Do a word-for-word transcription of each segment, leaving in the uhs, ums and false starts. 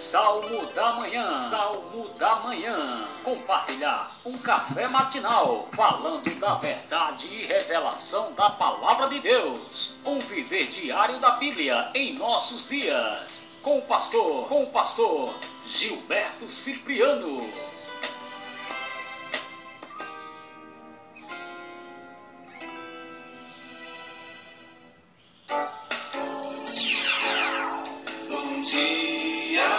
Salmo da Manhã, Salmo da Manhã. Compartilhar um café matinal, falando da verdade e revelação da Palavra de Deus. Um viver diário da Bíblia em nossos dias. Com o pastor, com o pastor Gilberto Cipriano. Bom dia.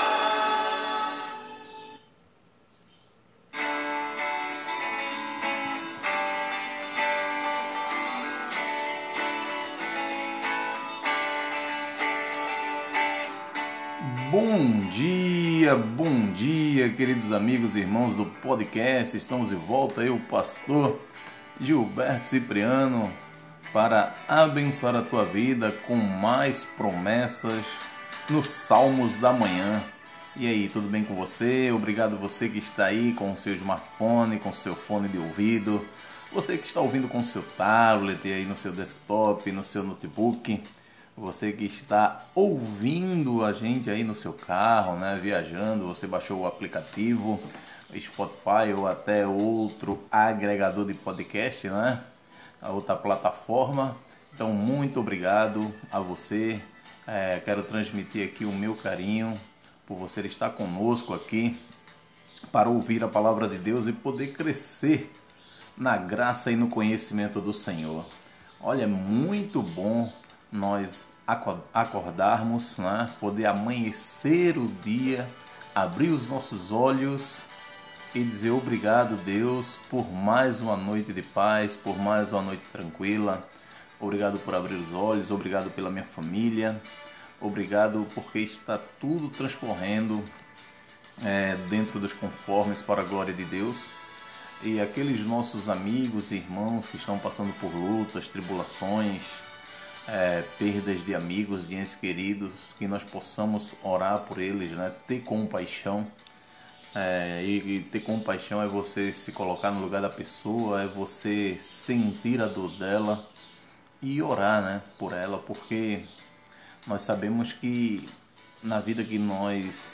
Bom dia, bom dia, queridos amigos e irmãos do podcast. Estamos de volta, eu, pastor Gilberto Cipriano, para abençoar a tua vida com mais promessas nos Salmos da Manhã. E aí, tudo bem com você? Obrigado você que está aí com o seu smartphone, com o seu fone de ouvido, você que está ouvindo com o seu tablet, aí no seu desktop, no seu notebook, você que está ouvindo a gente aí no seu carro, né, viajando, você baixou o aplicativo Spotify ou até outro agregador de podcast, né, a outra plataforma. Então, muito obrigado a você. É, quero transmitir aqui o meu carinho por você estar conosco aqui para ouvir a palavra de Deus e poder crescer na graça e no conhecimento do Senhor. Olha, é muito bom nós acordarmos, né? Poder amanhecer o dia, abrir os nossos olhos e dizer obrigado, Deus, por mais uma noite de paz, por mais uma noite tranquila. Obrigado por abrir os olhos, obrigado pela minha família, obrigado porque está tudo transcorrendo é, dentro dos conformes para a glória de Deus. E aqueles nossos amigos e irmãos que estão passando por lutas, tribulações, é, perdas de amigos, de entes queridos, que nós possamos orar por eles, né? Ter compaixão. É, e, e ter compaixão é você se colocar no lugar da pessoa, é você sentir a dor dela e orar, né, por ela, porque nós sabemos que na vida que nós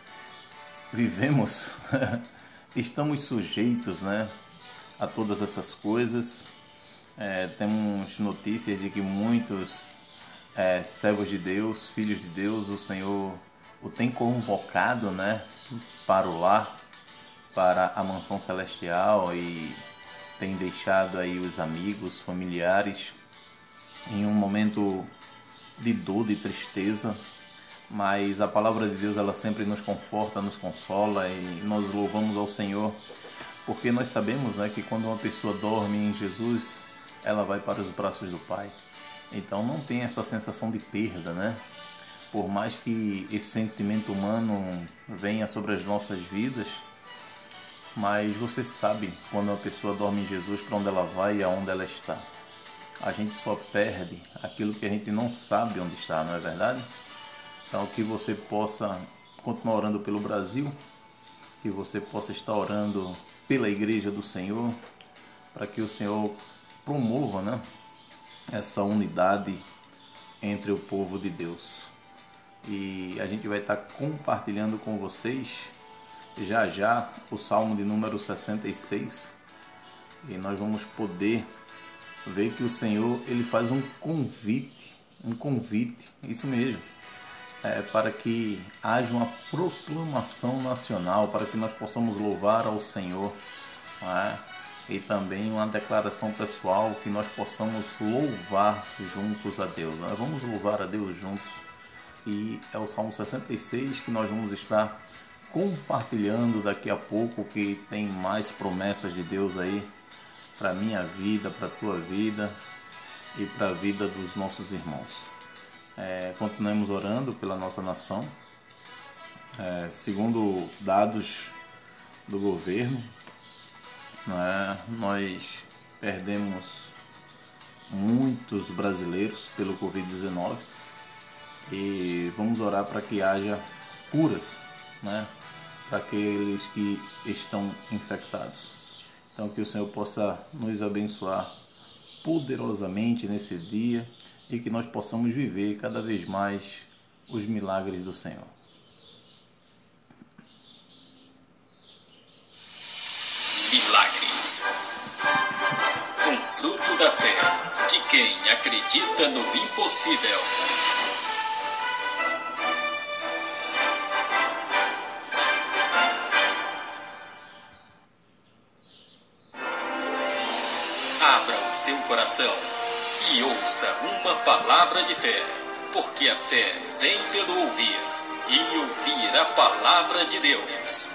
vivemos estamos sujeitos, né, a todas essas coisas. É, temos notícias de que muitos é, servos de Deus, filhos de Deus, o Senhor o tem convocado, né, para o lar, para a mansão celestial, e tem deixado aí os amigos, familiares em um momento de dor, de tristeza. Mas a palavra de Deus, ela sempre nos conforta, nos consola, e nós louvamos ao Senhor, porque nós sabemos, né, que quando uma pessoa dorme em Jesus, ela vai para os braços do Pai. Então não tem essa sensação de perda, né? Por mais que esse sentimento humano venha sobre as nossas vidas, mas você sabe quando uma pessoa dorme em Jesus para onde ela vai e aonde ela está. A gente só perde aquilo que a gente não sabe onde está, não é verdade? Então que você possa continuar orando pelo Brasil, que você possa estar orando pela Igreja do Senhor, para que o Senhor promova, né, essa unidade entre o povo de Deus. E a gente vai estar compartilhando com vocês já já o Salmo de número sessenta e seis, e nós vamos poder ver que o Senhor, ele faz um convite, um convite, isso mesmo, é, para que haja uma proclamação nacional, para que nós possamos louvar ao Senhor, não é? E também uma declaração pessoal, que nós possamos louvar juntos a Deus. Nós vamos louvar a Deus juntos, e é o Salmo sessenta e seis que nós vamos estar compartilhando daqui a pouco, que tem mais promessas de Deus aí para a minha vida, para a tua vida e para a vida dos nossos irmãos. É, continuemos orando pela nossa nação. É, segundo dados do governo, né, nós perdemos muitos brasileiros pelo covid dezenove, e vamos orar para que haja curas, né, para aqueles que estão infectados. Então que o Senhor possa nos abençoar poderosamente nesse dia, e que nós possamos viver cada vez mais os milagres do Senhor. Falando da Fé, de quem acredita no impossível. Abra o seu coração e ouça uma palavra de fé, porque a fé vem pelo ouvir, e ouvir a palavra de Deus.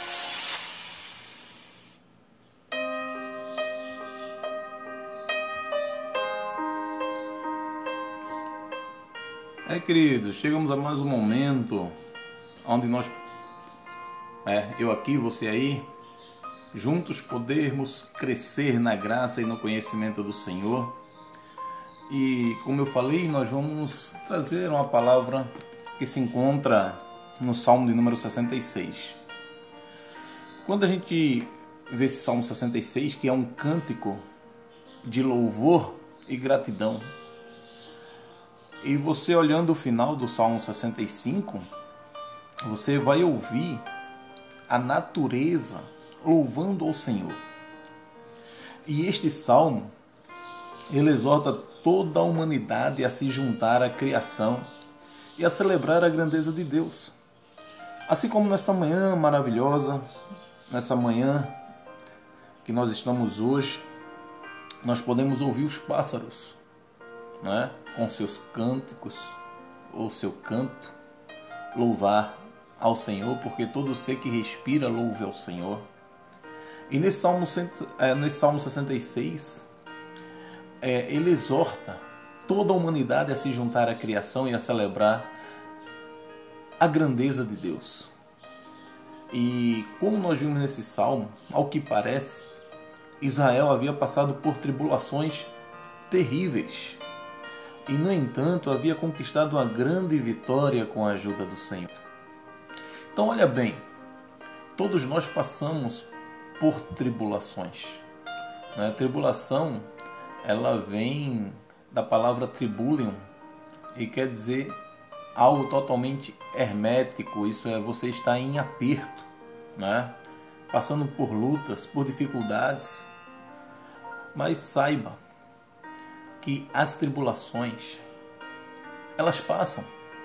É, queridos, chegamos a mais um momento onde nós, é, eu aqui, você aí, juntos podermos crescer na graça e no conhecimento do Senhor. E como eu falei, nós vamos trazer uma palavra que se encontra no Salmo de número sessenta e seis. Quando a gente vê esse Salmo sessenta e seis, que é um cântico de louvor e gratidão, e você olhando o final do Salmo sessenta e cinco, você vai ouvir a natureza louvando ao Senhor. E este salmo, ele exorta toda a humanidade a se juntar à criação e a celebrar a grandeza de Deus. Assim como nesta manhã maravilhosa, nessa manhã que nós estamos hoje, nós podemos ouvir os pássaros, né, com seus cânticos ou seu canto, louvar ao Senhor, porque todo ser que respira louve ao Senhor. E nesse Salmo, nesse Salmo sessenta e seis, é, ele exorta toda a humanidade a se juntar à criação e a celebrar a grandeza de Deus. E como nós vimos nesse Salmo, ao que parece, Israel havia passado por tribulações terríveis. E, no entanto, havia conquistado uma grande vitória com a ajuda do Senhor. Então, olha bem, todos nós passamos por tribulações. Né? Tribulação, ela vem da palavra tribulium e quer dizer algo totalmente hermético. Isso é, você está em aperto, né? Passando por lutas, por dificuldades. Mas saiba que as tribulações, elas passam.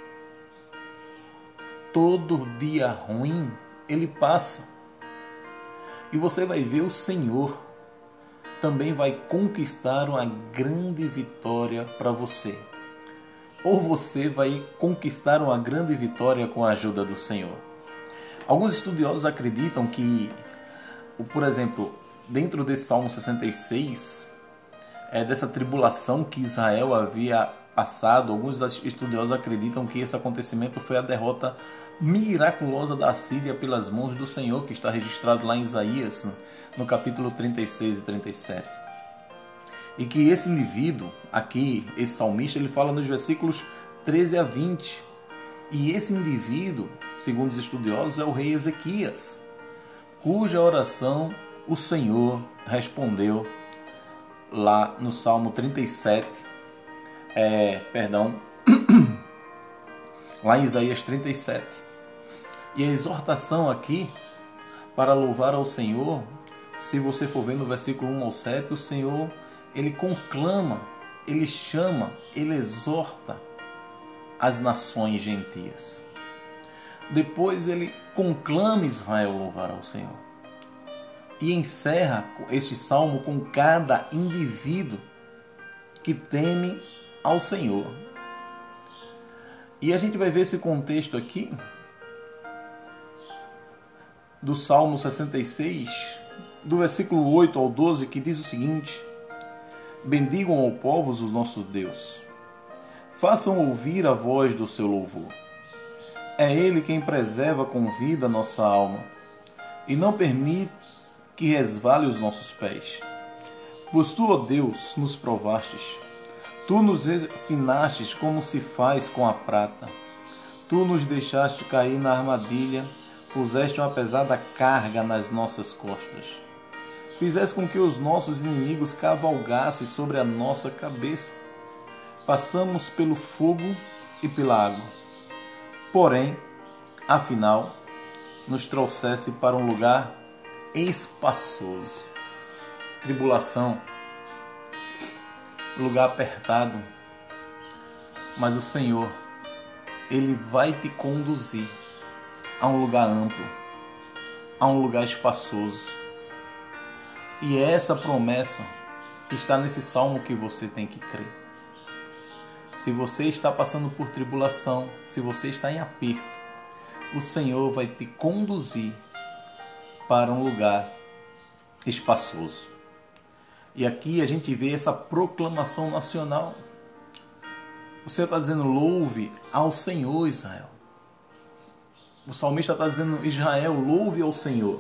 Todo dia ruim, ele passa. E você vai ver o Senhor também vai conquistar uma grande vitória para você. Ou você vai conquistar uma grande vitória com a ajuda do Senhor. Alguns estudiosos acreditam que, por exemplo, dentro desse Salmo sessenta e seis, é, dessa tribulação que Israel havia passado, alguns estudiosos acreditam que esse acontecimento foi a derrota miraculosa da Assíria pelas mãos do Senhor, que está registrado lá em Isaías, no capítulo trinta e seis e trinta e sete. E que esse indivíduo, aqui, esse salmista, ele fala nos versículos treze a vinte. E esse indivíduo, segundo os estudiosos, é o rei Ezequias, cuja oração o Senhor respondeu lá no Salmo trinta e sete, é, perdão, lá em Isaías trinta e sete. E a exortação aqui para louvar ao Senhor, se você for ver no versículo um ao sete, o Senhor, ele conclama, ele chama, ele exorta as nações gentias. Depois ele conclama Israel louvar ao Senhor. E encerra este salmo com cada indivíduo que teme ao Senhor. E a gente vai ver esse contexto aqui do Salmo sessenta e seis, do versículo oito ao doze, que diz o seguinte: bendigam ao povo o nosso Deus, façam ouvir a voz do seu louvor. É Ele quem preserva com vida nossa alma e não permite que resvale os nossos pés. Pois tu, ó Deus, nos provastes, tu nos refinastes como se faz com a prata. Tu nos deixaste cair na armadilha, puseste uma pesada carga nas nossas costas. Fizeste com que os nossos inimigos cavalgassem sobre a nossa cabeça. Passamos pelo fogo e pela água. Porém, afinal, nos trouxesse para um lugar espaçoso. Tribulação lugar apertado, mas o Senhor, Ele vai te conduzir a um lugar amplo, a um lugar espaçoso. E é essa promessa que está nesse salmo que você tem que crer. Se você está passando por tribulação, se você está em aperto, o Senhor vai te conduzir para um lugar espaçoso. E aqui a gente vê essa proclamação nacional. O Senhor está dizendo: louve ao Senhor, Israel. O salmista está dizendo: Israel, louve ao Senhor.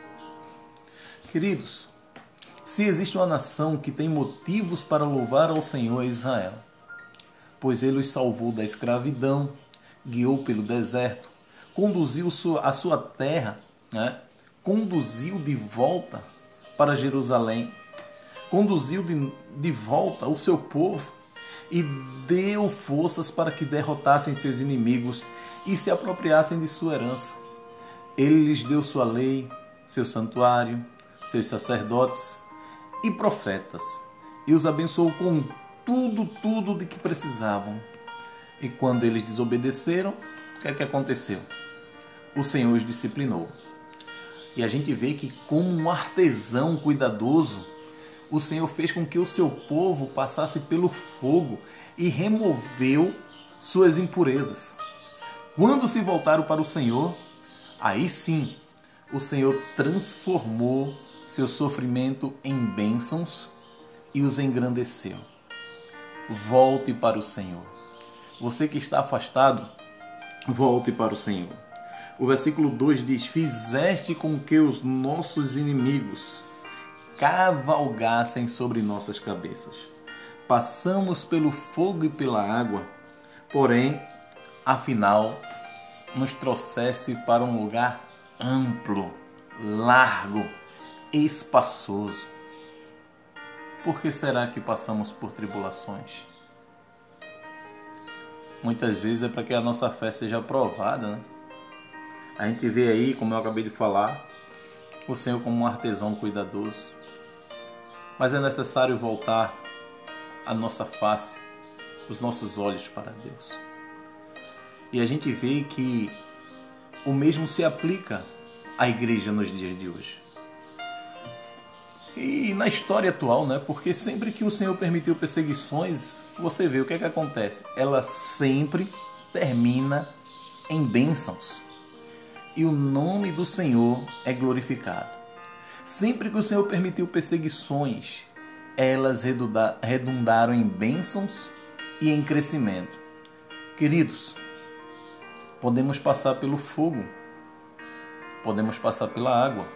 Queridos, se existe uma nação que tem motivos para louvar ao Senhor, é Israel. Pois Ele os salvou da escravidão, guiou pelo deserto, conduziu a sua terra, né? Conduziu de volta para Jerusalém, conduziu de, de volta o seu povo e deu forças para que derrotassem seus inimigos e se apropriassem de sua herança. Ele lhes deu sua lei, seu santuário, seus sacerdotes e profetas, e os abençoou com tudo, tudo de que precisavam. E quando eles desobedeceram, o que é que aconteceu? O Senhor os disciplinou. E a gente vê que, como um artesão cuidadoso, o Senhor fez com que o seu povo passasse pelo fogo e removeu suas impurezas. Quando se voltaram para o Senhor, aí sim, o Senhor transformou seu sofrimento em bênçãos e os engrandeceu. Volte para o Senhor. Você que está afastado, volte para o Senhor. O versículo dois diz: fizeste com que os nossos inimigos cavalgassem sobre nossas cabeças. Passamos pelo fogo e pela água, porém, afinal, nos trouxesse para um lugar amplo, largo, espaçoso. Por que será que passamos por tribulações? Muitas vezes é para que a nossa fé seja provada, né? A gente vê aí, como eu acabei de falar, o Senhor como um artesão cuidadoso. Mas é necessário voltar a nossa face, os nossos olhos para Deus. E a gente vê que o mesmo se aplica à igreja nos dias de hoje. E na história atual, né? Porque sempre que o Senhor permitiu perseguições, você vê o que é que acontece. Ela sempre termina em bênçãos. E o nome do Senhor é glorificado. Sempre que o Senhor permitiu perseguições, elas redundaram em bênçãos e em crescimento. Queridos, podemos passar pelo fogo, podemos passar pela água.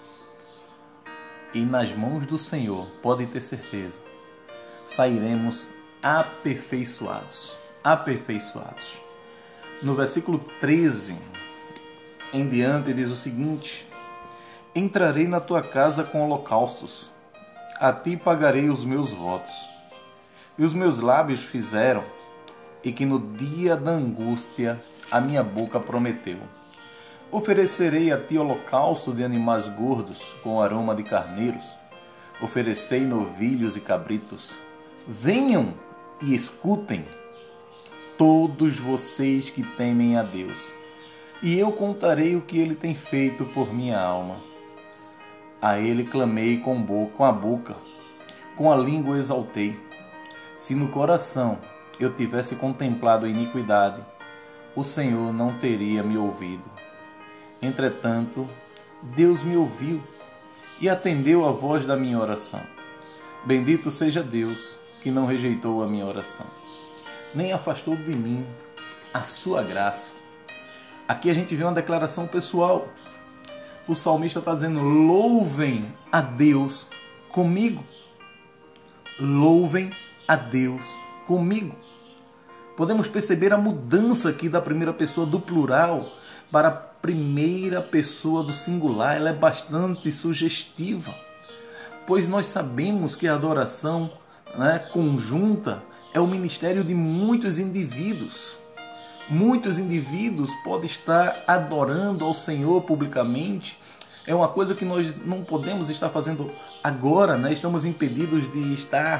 E nas mãos do Senhor, pode ter certeza, sairemos aperfeiçoados. Aperfeiçoados. No versículo treze em diante diz o seguinte: entrarei na tua casa com holocaustos, a ti pagarei os meus votos. E os meus lábios fizeram, e que no dia da angústia a minha boca prometeu. Oferecerei a ti holocausto de animais gordos, com aroma de carneiros. Oferecei novilhos e cabritos. Venham e escutem, todos vocês que temem a Deus, e eu contarei o que Ele tem feito por minha alma. A Ele clamei com, boca, com a boca, com a língua exaltei. Se no coração eu tivesse contemplado a iniquidade, o Senhor não teria me ouvido. Entretanto, Deus me ouviu e atendeu a voz da minha oração. Bendito seja Deus, que não rejeitou a minha oração, nem afastou de mim a sua graça. Aqui a gente vê uma declaração pessoal. O salmista está dizendo: louvem a Deus comigo. Louvem a Deus comigo. Podemos perceber a mudança aqui da primeira pessoa do plural para a primeira pessoa do singular. Ela é bastante sugestiva, pois nós sabemos que a adoração, né, conjunta é o ministério de muitos indivíduos. Muitos indivíduos podem estar adorando ao Senhor publicamente. É uma coisa que nós não podemos estar fazendo agora, né? Estamos impedidos de estar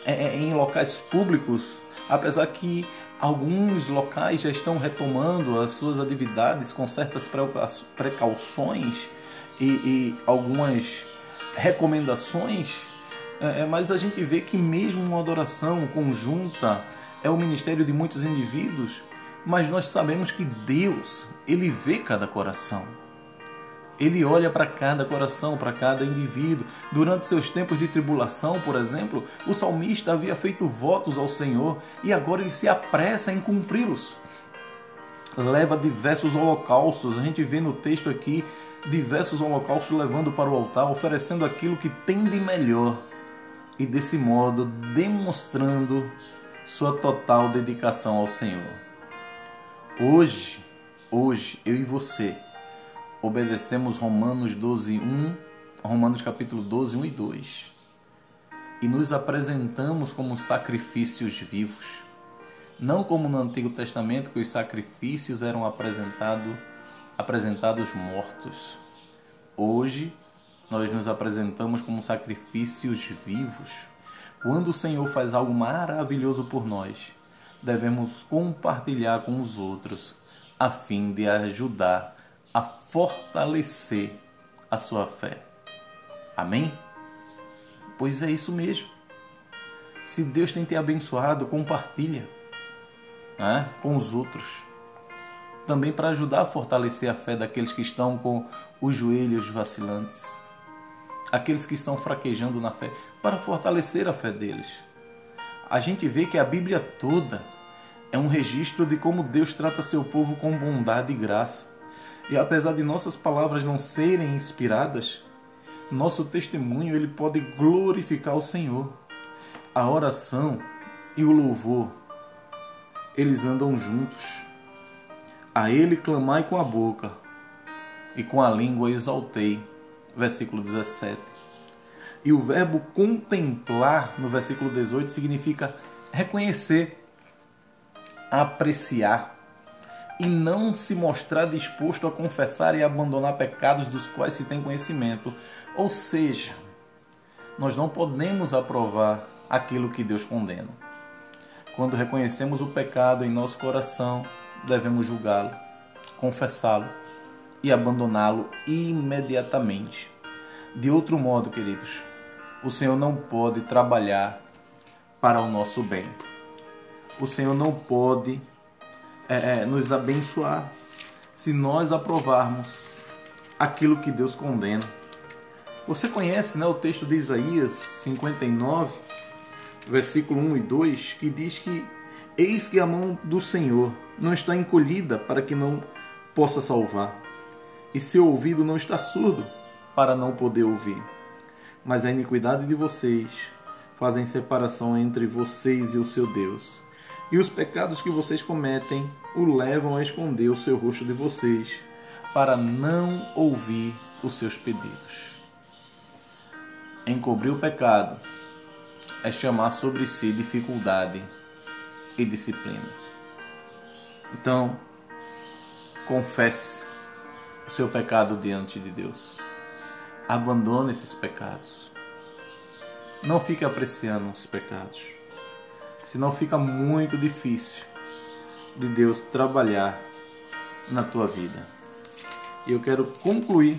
é, em locais públicos, apesar que alguns locais já estão retomando as suas atividades com certas precauções e, e algumas recomendações, é, mas a gente vê que mesmo uma adoração conjunta é o ministério de muitos indivíduos, mas nós sabemos que Deus, Ele vê cada coração. Ele olha para cada coração, para cada indivíduo. Durante seus tempos de tribulação, por exemplo, o salmista havia feito votos ao Senhor e agora ele se apressa em cumpri-los. Leva diversos holocaustos, a gente vê no texto aqui, diversos holocaustos levando para o altar, oferecendo aquilo que tem de melhor e desse modo demonstrando sua total dedicação ao Senhor. Hoje, hoje, eu e você, obedecemos Romanos doze, um, Romanos capítulo doze, um e dois. E nos apresentamos como sacrifícios vivos. Não como no Antigo Testamento, que os sacrifícios eram apresentado, apresentados mortos. Hoje, nós nos apresentamos como sacrifícios vivos. Quando o Senhor faz algo maravilhoso por nós, devemos compartilhar com os outros, a fim de ajudar a fortalecer a sua fé. Amém? Pois é isso mesmo. Se Deus tem te abençoado, compartilha, né, com os outros. Também para ajudar a fortalecer a fé daqueles que estão com os joelhos vacilantes. Aqueles que estão fraquejando na fé, para fortalecer a fé deles. A gente vê que a Bíblia toda é um registro de como Deus trata seu povo com bondade e graça. E apesar de nossas palavras não serem inspiradas, nosso testemunho ele pode glorificar o Senhor. A oração e o louvor, eles andam juntos. A Ele clamai com a boca, e com a língua exaltei. Versículo dezessete. E o verbo contemplar, no versículo dezoito, significa reconhecer, apreciar, e não se mostrar disposto a confessar e abandonar pecados dos quais se tem conhecimento. Ou seja, nós não podemos aprovar aquilo que Deus condena. Quando reconhecemos o pecado em nosso coração, devemos julgá-lo, confessá-lo e abandoná-lo imediatamente. De outro modo, queridos, o Senhor não pode trabalhar para o nosso bem. O Senhor não pode É, é, nos abençoar se nós aprovarmos aquilo que Deus condena. Você conhece, né, o texto de Isaías cinquenta e nove, versículo um e dois, que diz que eis que a mão do Senhor não está encolhida para que não possa salvar, e seu ouvido não está surdo para não poder ouvir. Mas a iniquidade de vocês fazem separação entre vocês e o seu Deus. E os pecados que vocês cometem o levam a esconder o seu rosto de vocês, para não ouvir os seus pedidos. Encobrir o pecado é chamar sobre si dificuldade e disciplina. Então, confesse o seu pecado diante de Deus. Abandone esses pecados. Não fique apreciando os pecados. Senão fica muito difícil de Deus trabalhar na tua vida. E eu quero concluir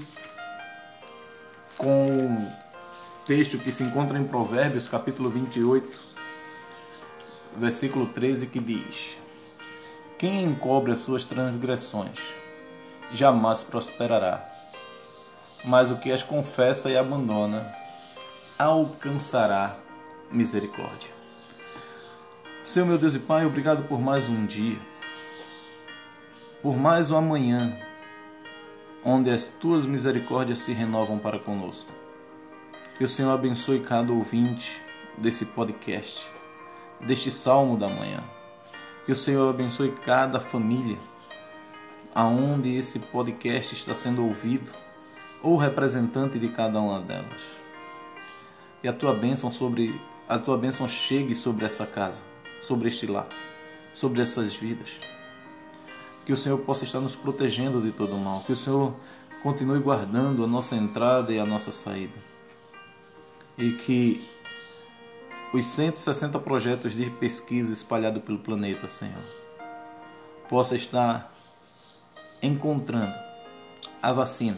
com um texto que se encontra em Provérbios, capítulo vinte e oito, versículo treze, que diz: quem encobre as suas transgressões jamais prosperará, mas o que as confessa e abandona alcançará misericórdia. Senhor, meu Deus e Pai, obrigado por mais um dia, por mais um amanhã, onde as Tuas misericórdias se renovam para conosco. Que o Senhor abençoe cada ouvinte desse podcast, deste Salmo da Manhã. Que o Senhor abençoe cada família, aonde esse podcast está sendo ouvido, ou representante de cada uma delas. Que a Tua bênção sobre, a Tua bênção chegue sobre essa casa, sobre este lar, sobre essas vidas. Que o Senhor possa estar nos protegendo de todo o mal. Que o Senhor continue guardando a nossa entrada e a nossa saída. E que os cento e sessenta projetos de pesquisa espalhados pelo planeta, Senhor, possa estar encontrando a vacina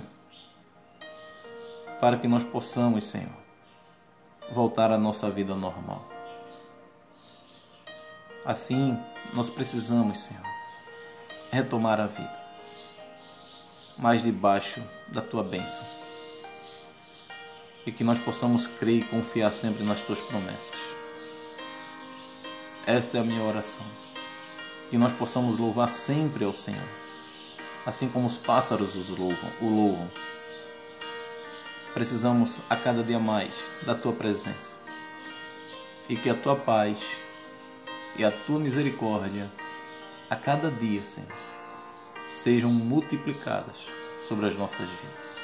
para que nós possamos, Senhor, voltar à nossa vida normal. Assim, nós precisamos, Senhor, retomar a vida, mas debaixo da Tua bênção. E que nós possamos crer e confiar sempre nas Tuas promessas. Esta é a minha oração. Que nós possamos louvar sempre ao Senhor, assim como os pássaros os louvam, o louvam. Precisamos a cada dia mais da Tua presença. E que a Tua paz e a Tua misericórdia a cada dia, Senhor, sejam multiplicadas sobre as nossas vidas.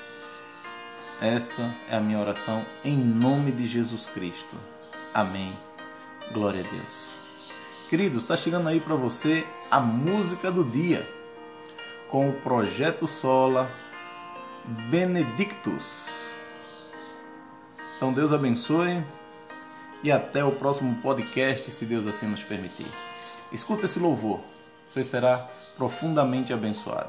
Essa é a minha oração em nome de Jesus Cristo. Amém. Glória a Deus. Queridos, está chegando aí para você a música do dia com o Projeto Sola Benedictus. Então Deus abençoe e até o próximo podcast, se Deus assim nos permitir. Escuta esse louvor, você será profundamente abençoado.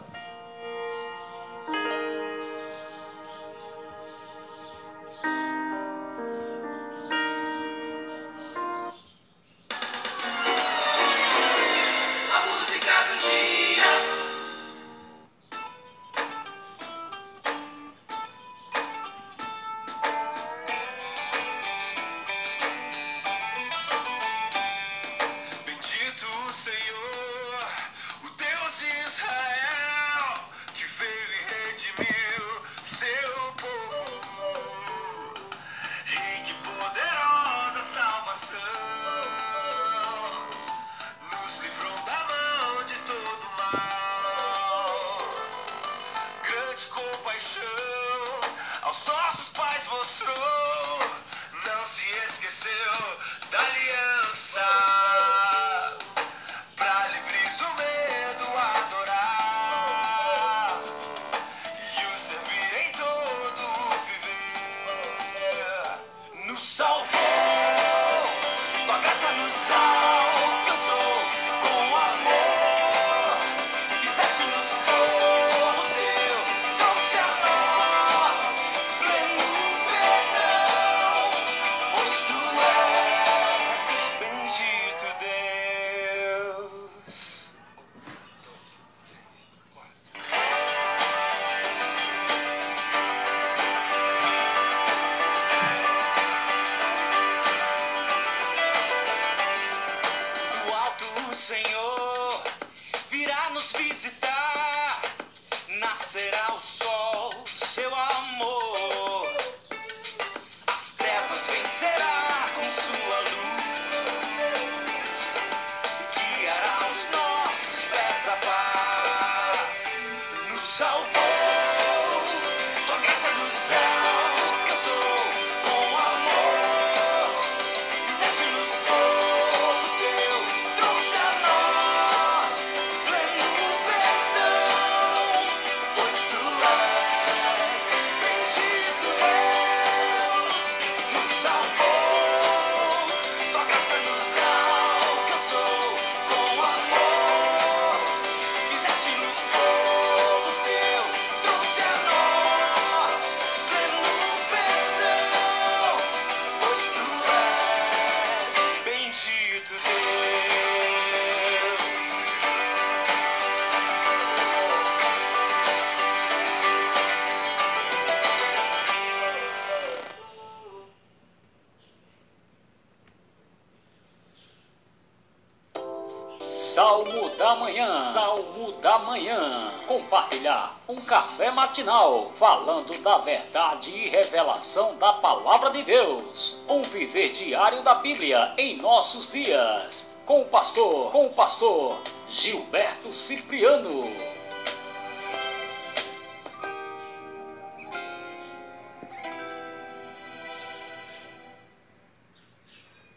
Salmo da Manhã, Salmo da Manhã. Compartilhar um café matinal, falando da verdade e revelação da Palavra de Deus. Um viver diário da Bíblia em nossos dias. Com o pastor, com o pastor Gilberto Cipriano.